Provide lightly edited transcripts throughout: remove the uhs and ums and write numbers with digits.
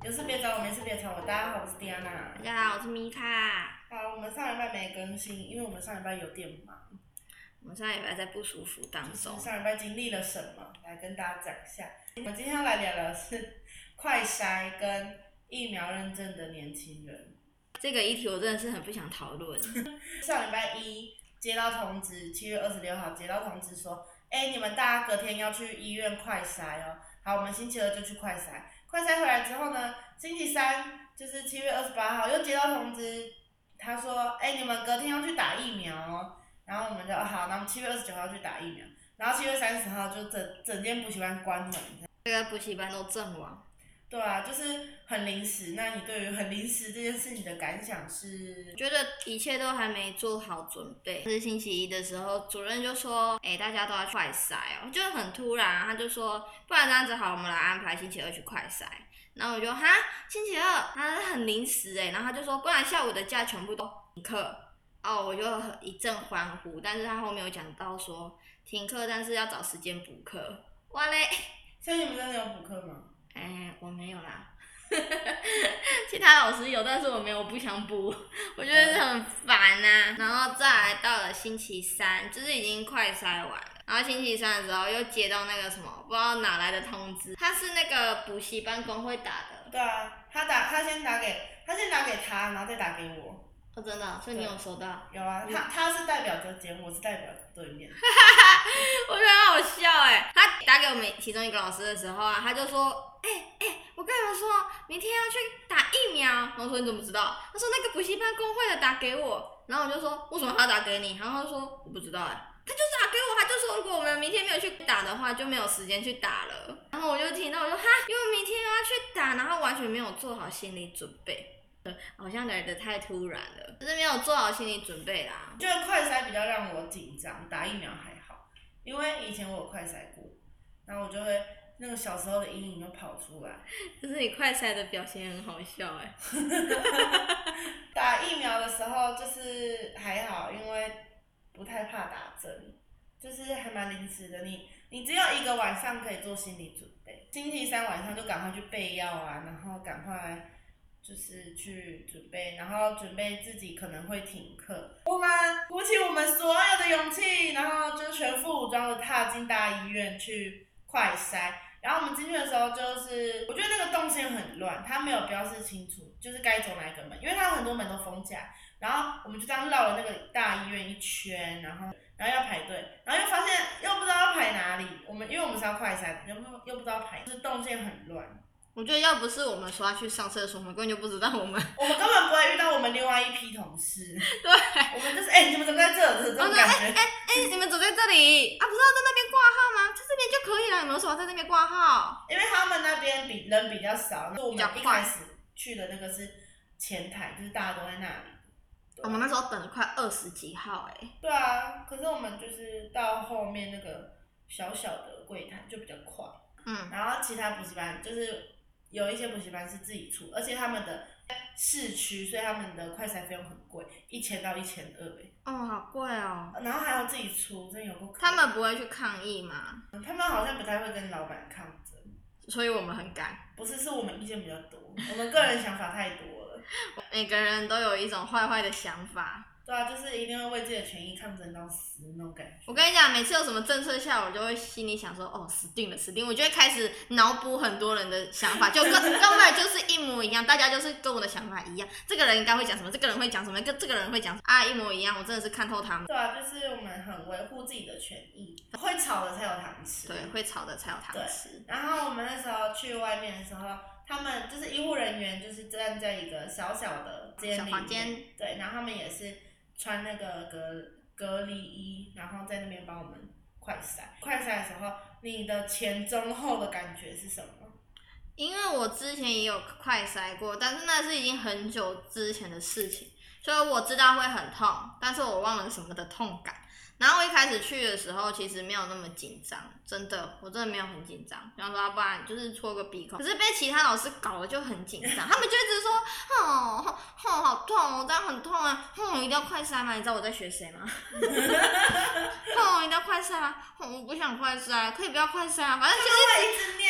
有事别找我，没事别吵我。大家好，我是蒂安娜。 大家好，我是米卡。 好，我们上礼拜没更新，因为我们上礼拜有点忙。 我们上礼拜在不舒服当中。 上礼拜经历了什么？来跟大家讲一下。我们今天要来聊的是快筛跟疫苗认证的年轻人。 这个议题我真的是很不想讨论。 上礼拜一接到通知，7月26号接到通知说，你们大家隔天要去医院快筛哦。好，我们星期二就去快筛。快筛回来之后呢，星期三就是7月28号又接到通知，他说，你们隔天要去打疫苗哦。然后我们就好，然后7月29号去打疫苗，然后7月30号就整间补习班关门。 这个补习班都阵亡。 对啊，就是很临时。那你对于很临时这件事情的感想是？ 觉得一切都还没做好准备。是星期一的时候，主任就说，大家都要快筛哦，就很突然，他就说，不然这样子好，我们来安排星期二去快筛。然后我就星期二，他很临时然后他就说，不然下午的假全部都停课。我就一阵欢呼，但是他后面有讲到说停课，但是要找时间补课。哇嘞！ 所以你们真的有补课吗？ 我没有啦。其他老师有，但是我没有，我不想补，我觉得很烦啊。然后再来到了星期三，就是已经快筛完了。然后星期三的时候又接到那个什么，不知道哪来的通知，他是那个补习班工会打的。 对啊，他先打给他，然后再打给我。 哦，真的，所以你有收到？ 有啊，他是代表这间，我是代表对面。 我觉得很好笑他打给我们其中一个老师的时候他就说，我跟你们说，明天要去打疫苗。然后说你怎么知道？他说那个补习班工会的打给我。然后我就说为什么他打给你？然后他说我不知道他就打给我，他就说如果我们明天没有去打的话，就没有时间去打了。然后我就听到，我说因为明天又要去打，然后完全没有做好心理准备。好像来得太突然了，就是没有做好心理准备啦。 觉得快筛比较让我紧张，打疫苗还好，因为以前我有快筛过，然后我就会那个小时候的阴影就跑出来。 可是你快筛的表现很好笑打疫苗的时候就是还好，因为不太怕打针，就是还蛮临时的。你只有一个晚上可以做心理准备，星期三晚上就赶快去备药啊，然后赶快就是去准备，然后准备自己可能会停课。我们鼓起我们所有的勇气，然后就全副武装的踏进大医院去快筛。然后我们进去的时候，就是我觉得那个动线很乱，它没有标示清楚，就是该走哪一个门，因为它有很多门都封起来。然后我们就这样绕了那个大医院一圈，然后要排队，然后又发现又不知道要排哪里。因为我们是要快筛，又不知道排，就是动线很乱。 我觉得要不是我们说要去上厕所，我们根本就不知道我们根本不会遇到我们另外一批同事。 对， 我们就是你们怎么在这种感觉？ 你们走在这里不是要在那边挂号吗？在这边就可以了，你们为什么在那边挂号？ 因为他们那边人比较少，我们一开始去的那个是前台，就是大家都在那里。 我们那时候等了快20几号对啊，可是我们就是到后面那个小小的柜台就比较快。然后其他补习班就是有一些补习班是自己出，而且他们的市区，所以他们的快筛费用很贵，1000到1200 好贵哦。 然后还要自己出，真有够可怜。 他们不会去抗议吗？ 他们好像不太会跟老板抗争， 所以我们很赶。 不是，是我们意见比较多，我们个人想法太多了。 每个人都有一种坏的想法。 对啊，就是一定会为自己的权益抗争到死那种感觉。 我跟你讲，每次有什么政策下，我就会心里想说，死定了，我就会开始脑补很多人的想法，就根本就是一模一样，大家就是跟我的想法一样。这个人应该会讲什么，这个人会讲什么，这个人会讲一模一样。我真的是看透他们。 对啊，就是我们很维护自己的权益，会吵的才有糖吃。 对，会吵的才有糖吃。 然后我们那时候去外面的时候，他们就是医护人员，就是站在一个小小的小房间， 对，然后他们也是穿那个隔离衣，然后在那边帮我们快筛。快筛的时候，你的前中后的感觉是什么？ 因为我之前也有快筛过，但是那是已经很久之前的事情，所以我知道会很痛，但是我忘了什么的痛感。然后我一开始去的时候，其实没有那么紧张，真的，我真的没有很紧张。然后说，不然就是戳个鼻孔。可是被其他老师搞得就很紧张，他们就一直说，好痛哦，这样很痛啊，一定要快筛吗？你知道我在学谁吗？一定要快筛吗？我不想快筛，可以不要快筛啊，反正就是一直念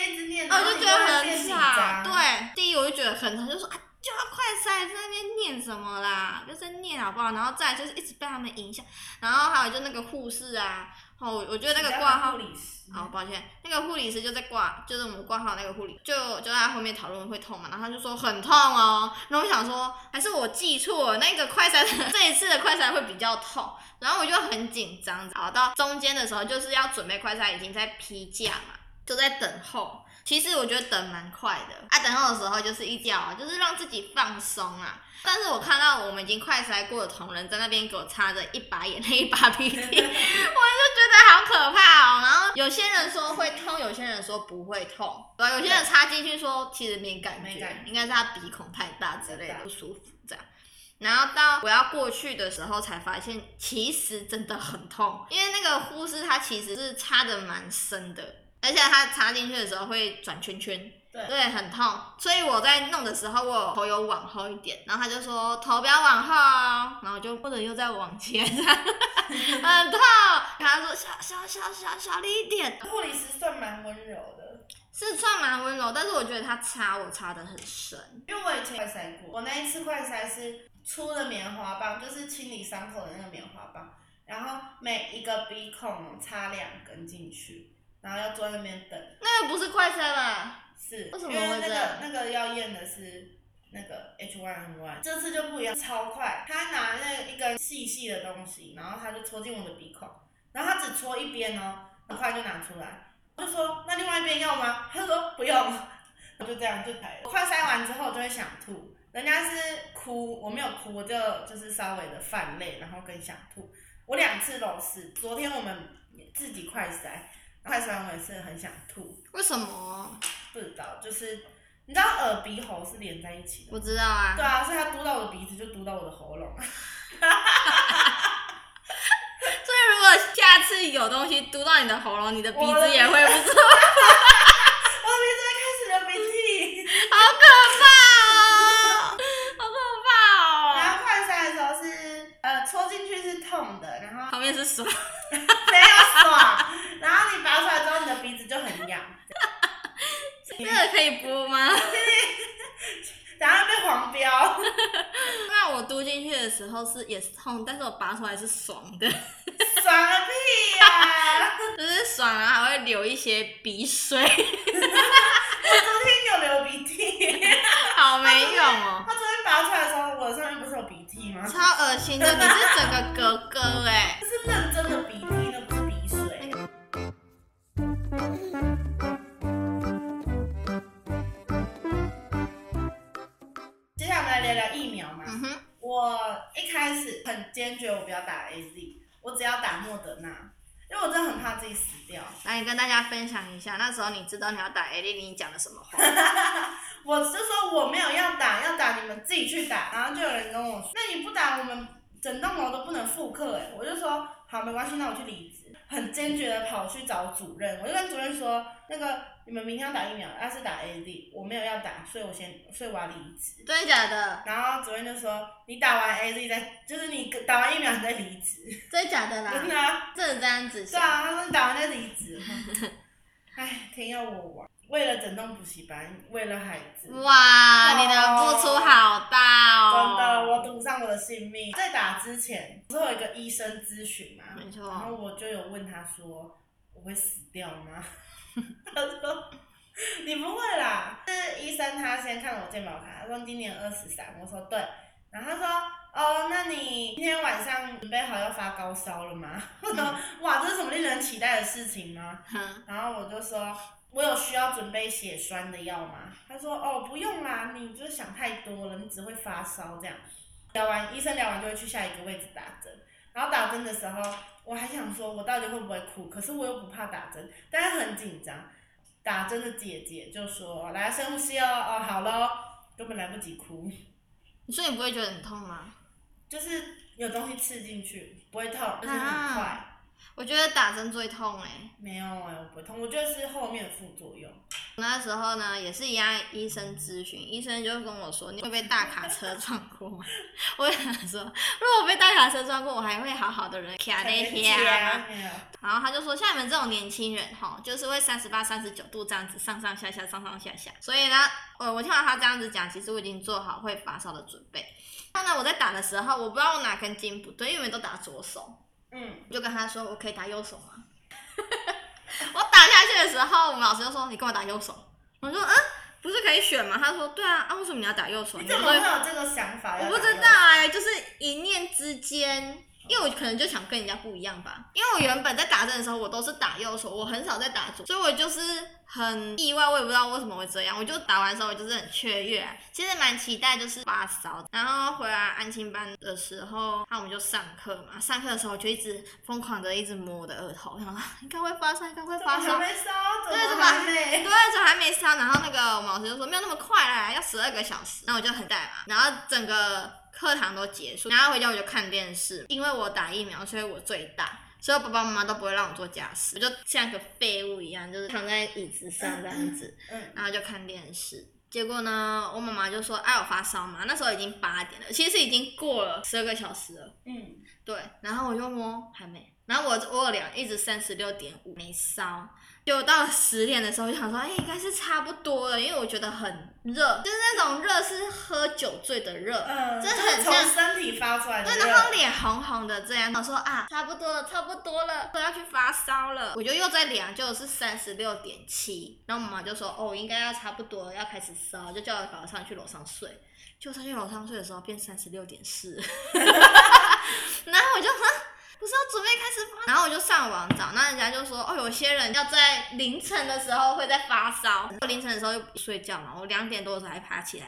一直念， 我就觉得很紧吵。 张。 对，第一我就觉得很吵，就说啊，就要快塞，在那边念什么啦，就在念好不好？然后再来就是一直被他们影响，然后还有就那个护士啊，我觉得那个挂号。好，抱歉，那个护理师就在挂，就是我们挂号那个护理，就在后面讨论会痛嘛，然后他就说很痛哦，然后我想说还是我记错了，那个快筛这一次的快筛会比较痛，然后我就很紧张，好到中间的时候就是要准备快筛，已经在批假嘛，就在等候。其实我觉得等蛮快的，等候的时候就是一觉啊，就是让自己放松啊。但是我看到我们已经快筛过的同仁在那边给我擦着一把眼泪一把鼻涕，我就觉得好可怕哦。然后有些人说会痛，有些人说不会痛，对，有些人插进去说其实没感觉，应该是他鼻孔太大之类的不舒服这样。然后到我要过去的时候才发现，其实真的很痛，因为那个护士他其实是插的蛮深的，而且他插进去的时候会转圈圈。对，很痛，所以我在弄的时候，我头有往后一点，然后他就说头不要往后哦，然后就或者又再往前，很痛。他说小力一点。 护理师算蛮温柔的， 是算蛮温柔，但是我觉得他插我插得很深， 因为我以前快筛过，我那一次快筛是粗的棉花棒，就是清理伤口的那个棉花棒，然后每一个鼻孔插2根进去，然后要坐在那边等。 那个不是快筛吧？ 是， 为什么会这样？ 那个要验的是那个 H1N1， 这次就不一样，超快。他拿那一根细细的东西，然后他就戳进我的鼻孔，然后他只戳一边哦，很快就拿出来。我就说那另外一边要吗？他说不用，我就这样就来了。我快筛完之后就会想吐，人家是哭，我没有哭，我就是稍微的泛泪，然后跟想吐。我2次都是，昨天我们自己快筛。快筛完我也是很想吐， 为什么？ 不知道，就是你知道耳鼻喉是连在一起的， 我知道啊。 对啊，所以他嘟到我的鼻子就嘟到我的喉咙。所以如果下次有东西嘟到你的喉咙，你的鼻子也会不错。 我的鼻子会开始流鼻涕， 好可怕哦，好可怕哦。 然后快筛的时候是戳进去是痛的，然后旁边是爽。 没有爽，然后你拔出来之后，你的鼻子就很痒。 这个可以播吗？ 等下被黄标。 那我嘟进去的时候也是痛，但是我拔出来是爽的。 爽个屁呀！ 就是爽啊，还会流一些鼻水。 我昨天有流鼻涕。 好没用哦。 他昨天拔出来的时候，我的上面不是有鼻涕吗？ 超恶心的，你是整个格格哎。 这是认真的鼻涕，那不是鼻水。接下来我们来聊聊疫苗嘛。我一开始很坚决，我不要打 AZ， 我只要打莫德纳，因为我真的很怕自己死掉。 来，你跟大家分享一下，那时候你知道你要打 AZ， 你讲了什么话？ 我就说我没有要打你们自己去打。然后就有人跟我说，那你不打，我们整栋楼都不能复课哎。我就说好，没关系，那我去离职。很坚决的跑去找主任，我就跟主任说，那个你们明天要打疫苗，要是打 AZ， 我没有要打，所以我要离职。 真的假的？ 然后主任就说，你打完 AZ 就是你打完疫苗你再离职。 真的假的啦？ 真的啊， 真的这样子想？对啊，他说你打完再离职。唉，天要我亡，为了整栋补习班，为了孩子。 哇，你的付出好大哦！ 真的，我赌上我的性命。在打之前，不是有一个医生咨询嘛？ 没错。 然后我就有问他说，我会死掉吗？他说你不会啦。是医生他先看了我健保卡，他说今年23，我说对。然后他说哦，那你今天晚上准备好要发高烧了吗？我说哇，这是什么令人期待的事情吗？然后我就说，我有需要准备血栓的药吗？他说哦，不用啦，你就是想太多了，你只会发烧这样。医生聊完就会去下一个位置打针。然后打针的时候，我还想说，我到底会不会哭？可是我又不怕打针，但是很紧张。打针的姐姐就说：“来，深呼吸哦，哦，好咯。”根本来不及哭。 所以你不会觉得很痛吗？ 就是有东西刺进去，不会痛，就是很快。 我觉得打针最痛没有我不会痛，我觉得是后面的副作用。 那时候呢，也是一样，医生咨询，医生就跟我说，你会被大卡车撞过吗？我就想说，如果我被大卡车撞过，我还会好好的人卡在遐吗？然后他就说，像你们这种年轻人就是会38、39度这样子上上下下，上上下下。所以呢，我听完他这样子讲，其实我已经做好会发烧的准备。然后呢，我在打的时候，我不知道我哪根筋不对，因为我们都打左手。我就跟他说，我可以打右手吗？我打下去的时候，我们老师就说，你干嘛打右手？我说，不是可以选吗？他说，对啊，为什么你要打右手？ 你怎么会有这个想法？ 我不知道就是一念之间。因为我可能就想跟人家不一样吧，因为我原本在打针的时候，我都是打右手，我很少在打左，所以我就是很意外，我也不知道为什么会这样。我就打完的时候，我就是很雀跃，其实蛮期待，就是发烧。然后回来安亲班的时候，我们就上课嘛，上课的时候我就一直疯狂的一直摸我的额头，然后应该会发烧，应该会发烧， 还没烧， 对， 怎么还没？ 对，怎么还没烧？然后那个我们老师就说没有那么快啦，要12个小时。然后我就很带嘛，然后整个课堂都结束，然后回家我就看电视，因为我打疫苗，所以我最大，所以我爸爸妈妈都不会让我做家事，我就像个废物一样，就是躺在椅子上这样子，然后就看电视。结果呢，我妈妈就说：“有发烧吗？”那时候已经8点了，其实已经过了12个小时了。对，然后我就摸还没，然后我有量，一直36.5没烧。就到了10点的时候，就想说，应该是差不多了，因为我觉得很热，就是那种热是喝酒醉的热， 就是很从身体发出来的热。 对，然后脸红红的这样。我说差不多了，差不多了，都要去发烧了。我就又在量，就是36.7，然后妈妈就说，应该要差不多了，要开始烧，就叫我赶快上去楼上睡。就上去楼上睡的时候变36.4，然后我就不是要准备开始发，然后我就上网找，那人家就说，有些人要在凌晨的时候会在发烧，我凌晨的时候又不睡觉嘛，我2点多的时候还爬起来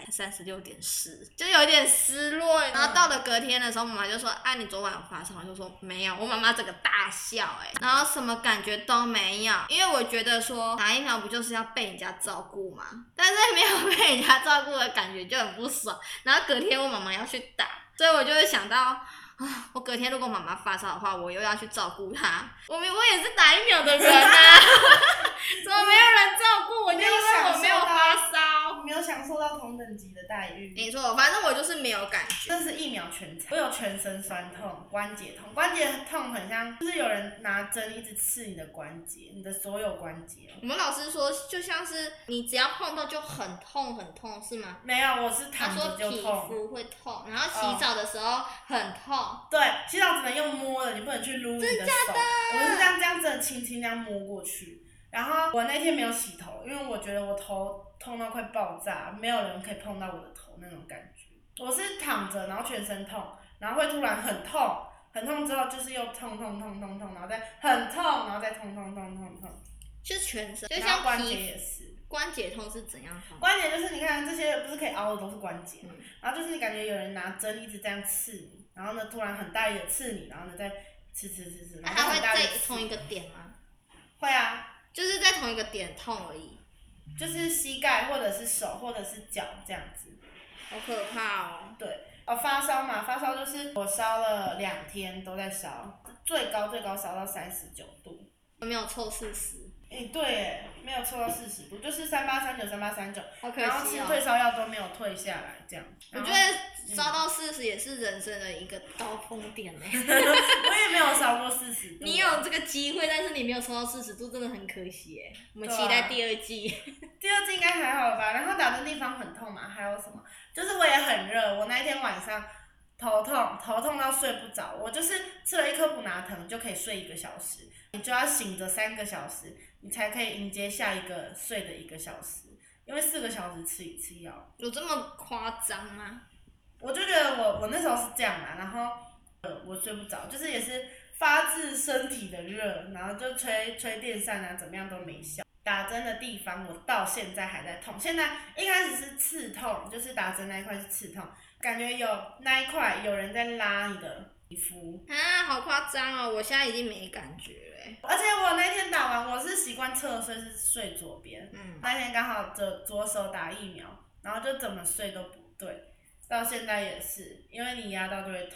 ，36.4，就有点失落。然后到了隔天的时候，妈妈就说，你昨晚有发烧？我就说没有，我妈妈整个大笑然后什么感觉都没有，因为我觉得说打疫苗不就是要被人家照顾嘛，但是没有被人家照顾的感觉就很不爽。然后隔天我妈妈要去打，所以我就会想到，我隔天如果妈妈发烧的话，我又要去照顾她。我也是打疫苗的人啊，怎么没有人照顾我？就因为我没有发烧， 没有享受到同等级的待遇。 没错，反正我就是没有感觉。 这是疫苗全场，我有全身酸痛、关节痛，关节痛很像就是有人拿针一直刺你的关节，你的所有关节。 我们老师说，就像是你只要碰到就很痛很痛，是吗？ 没有，我是躺着就痛。 他说皮肤会痛，然后洗澡的时候很痛。 对，洗澡只能用摸的，你不能去撸你的手。我是这样子轻轻这样摸过去。然后我那天没有洗头，因为我觉得我头痛到快爆炸，没有人可以碰到我的头那种感觉。我是躺着，然后全身痛，然后会突然很痛，很痛之后就是又痛，然后再很痛，然后再痛。 就是全身，就像关节也是。 关节痛是怎样痛？ 关节就是你看这些不是可以凹的都是关节，然后就是你感觉有人拿针一直这样刺你，然后呢突然很大力的刺你，然后呢再刺，然后会在同一个点吗？ 会啊， 就是在同一个点痛而已， 就是膝盖或者是手或者是脚这样子。 好可怕哦。 对，发烧嘛，发烧就是我烧了2天都在烧，最高烧到39度。 没有凑40。 对没有凑到40度，就是3839， 好可惜然后吃退烧药都没有退下来，这样。 我觉得烧到40也是人生的一个高峰点我也没有烧过40度。 你有这个机会，但是你没有烧到40度，真的很可惜我们期待第2季。 第2季应该还好吧？然后打的地方很痛嘛，还有什么？就是我也很热，我那天晚上头痛到睡不着，我就是吃了1颗普拿疼就可以睡1个小时，你就要醒着3个小时，你才可以迎接下一个睡的1个小时，因为4个小时吃1次药。有这么夸张吗？ 我就觉得我那时候是这样然后我睡不着，就是也是发自身体的热，然后就吹电扇怎么样都没效。打针的地方我到现在还在痛，现在一开始是刺痛，就是打针那一块是刺痛，感觉有那一块有人在拉你的皮肤好夸张哦！我现在已经没感觉了而且我那天打完，我是习惯侧睡，是睡左边。那天刚好左手打疫苗，然后就怎么睡都不对，到现在也是，因为你压到就会痛。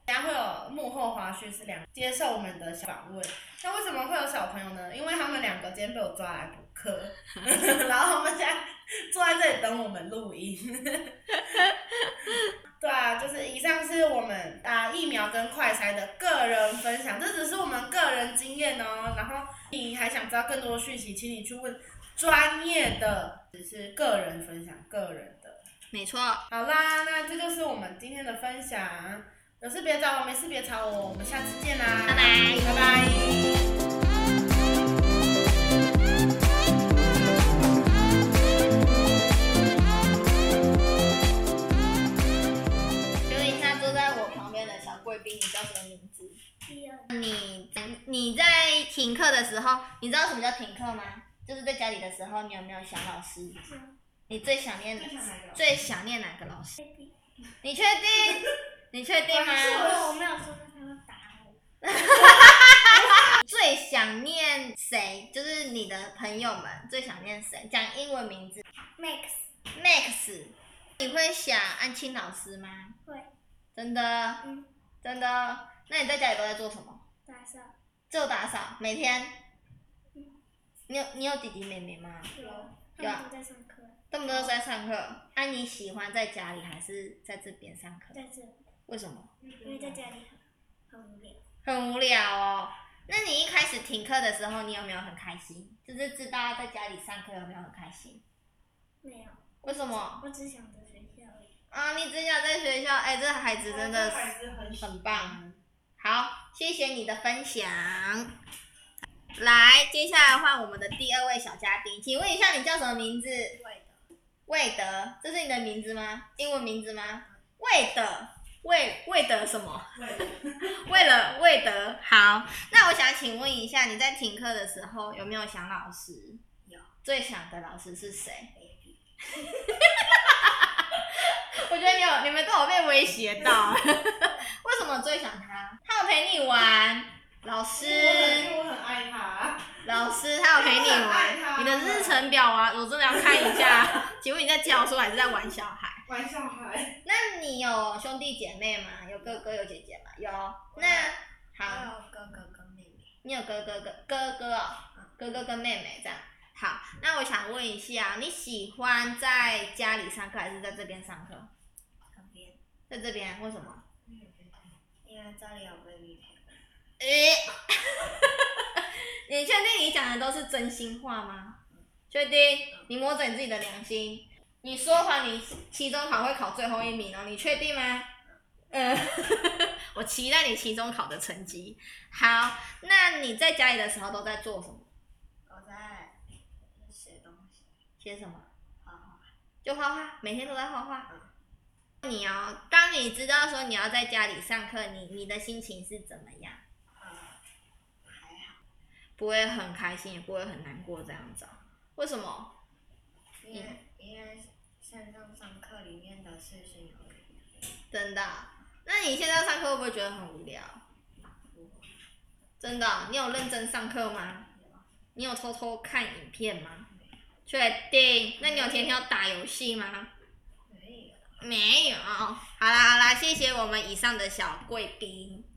等下会有幕后花絮是接受我们的访问。那为什么会有小朋友呢？因为他们2个今天被我抓来补课，然后他们现在坐在这里等我们录音。对啊，就是以上是我们打疫苗跟快筛的个人分享，这只是我们个人经验哦。然后你还想知道更多的讯息，请你去问专业的，只是个人分享，个人的。 没错。 好啦，那这就是我们今天的分享。有事别找我，没事别吵我，我们下次见啦， 拜拜， 拜拜。 贵宾，你叫什么名字？你在停课的时候，你知道什么叫停课吗？就是在家里的时候，你有没有想老师？你最想念哪个老师？你确定？你确定吗？ 我没有说他会打我。 最想念谁？就是你的朋友们最想念谁？讲英文名字。Max。你会想安亲老师吗？ 会。 真的？真的？那你在家里都在做什么？ 打扫。 就打扫，每天。你有弟弟妹妹吗？ 有。他们都在上课。 他们都在上课。你喜欢在家里还是在这边上课？ 在这里。 为什么？ 因为在家里很无聊。 很无聊哦。那你一开始停课的时候，你有没有很开心？就是知道在家里上课有没有很开心？ 没有。 为什么？ 我只想着学校而已。 你只想在学校？这孩子真的很棒。好，谢谢你的分享。来，接下来换我们的第2位小嘉宾，请问一下你叫什么名字？魏德，这是你的名字吗？英文名字吗？魏德，魏德什么？魏德。好，那我想请问一下，你在停课的时候有没有想老师？ 有。 最想的老师是谁？我觉得你们都有被威胁到。为什么最想他？他有陪你玩，老师。 我很爱他。 老师，他有陪你玩。你的日程表啊，我真的要看一下。请问你在教书还是在玩小孩？ 玩小孩。 那你有兄弟姐妹吗？有哥哥有姐姐吗？有。那好。 我有哥哥跟妹妹。 你有哥哥哦，哥哥跟妹妹这样。好，那我想问一下，你喜欢在家里上课还是在这边上课？ 这边。 在这边，为什么？ 因为这里有 baby 陪。 你确定你讲的都是真心话吗？确定？你摸着你自己的良心，你说谎，你期中考会考最后1名哦，你确定吗？我期待你期中考的成绩。好，那你在家里的时候都在做什么？ 我在写东西。 写什么？ 画画。 就画画，每天都在画画。当你知道说你要在家里上课，你的心情是怎么样？ 还好。 不会很开心，也不会很难过这样子。为什么？ 因为线上课里面的事情有无聊。 真的？那你现在上课会不会觉得很无聊？真的？你有认真上课吗？你有偷偷看影片吗？确定？那你有天天要打游戏吗？没有。好啦，谢谢我们以上的小贵宾。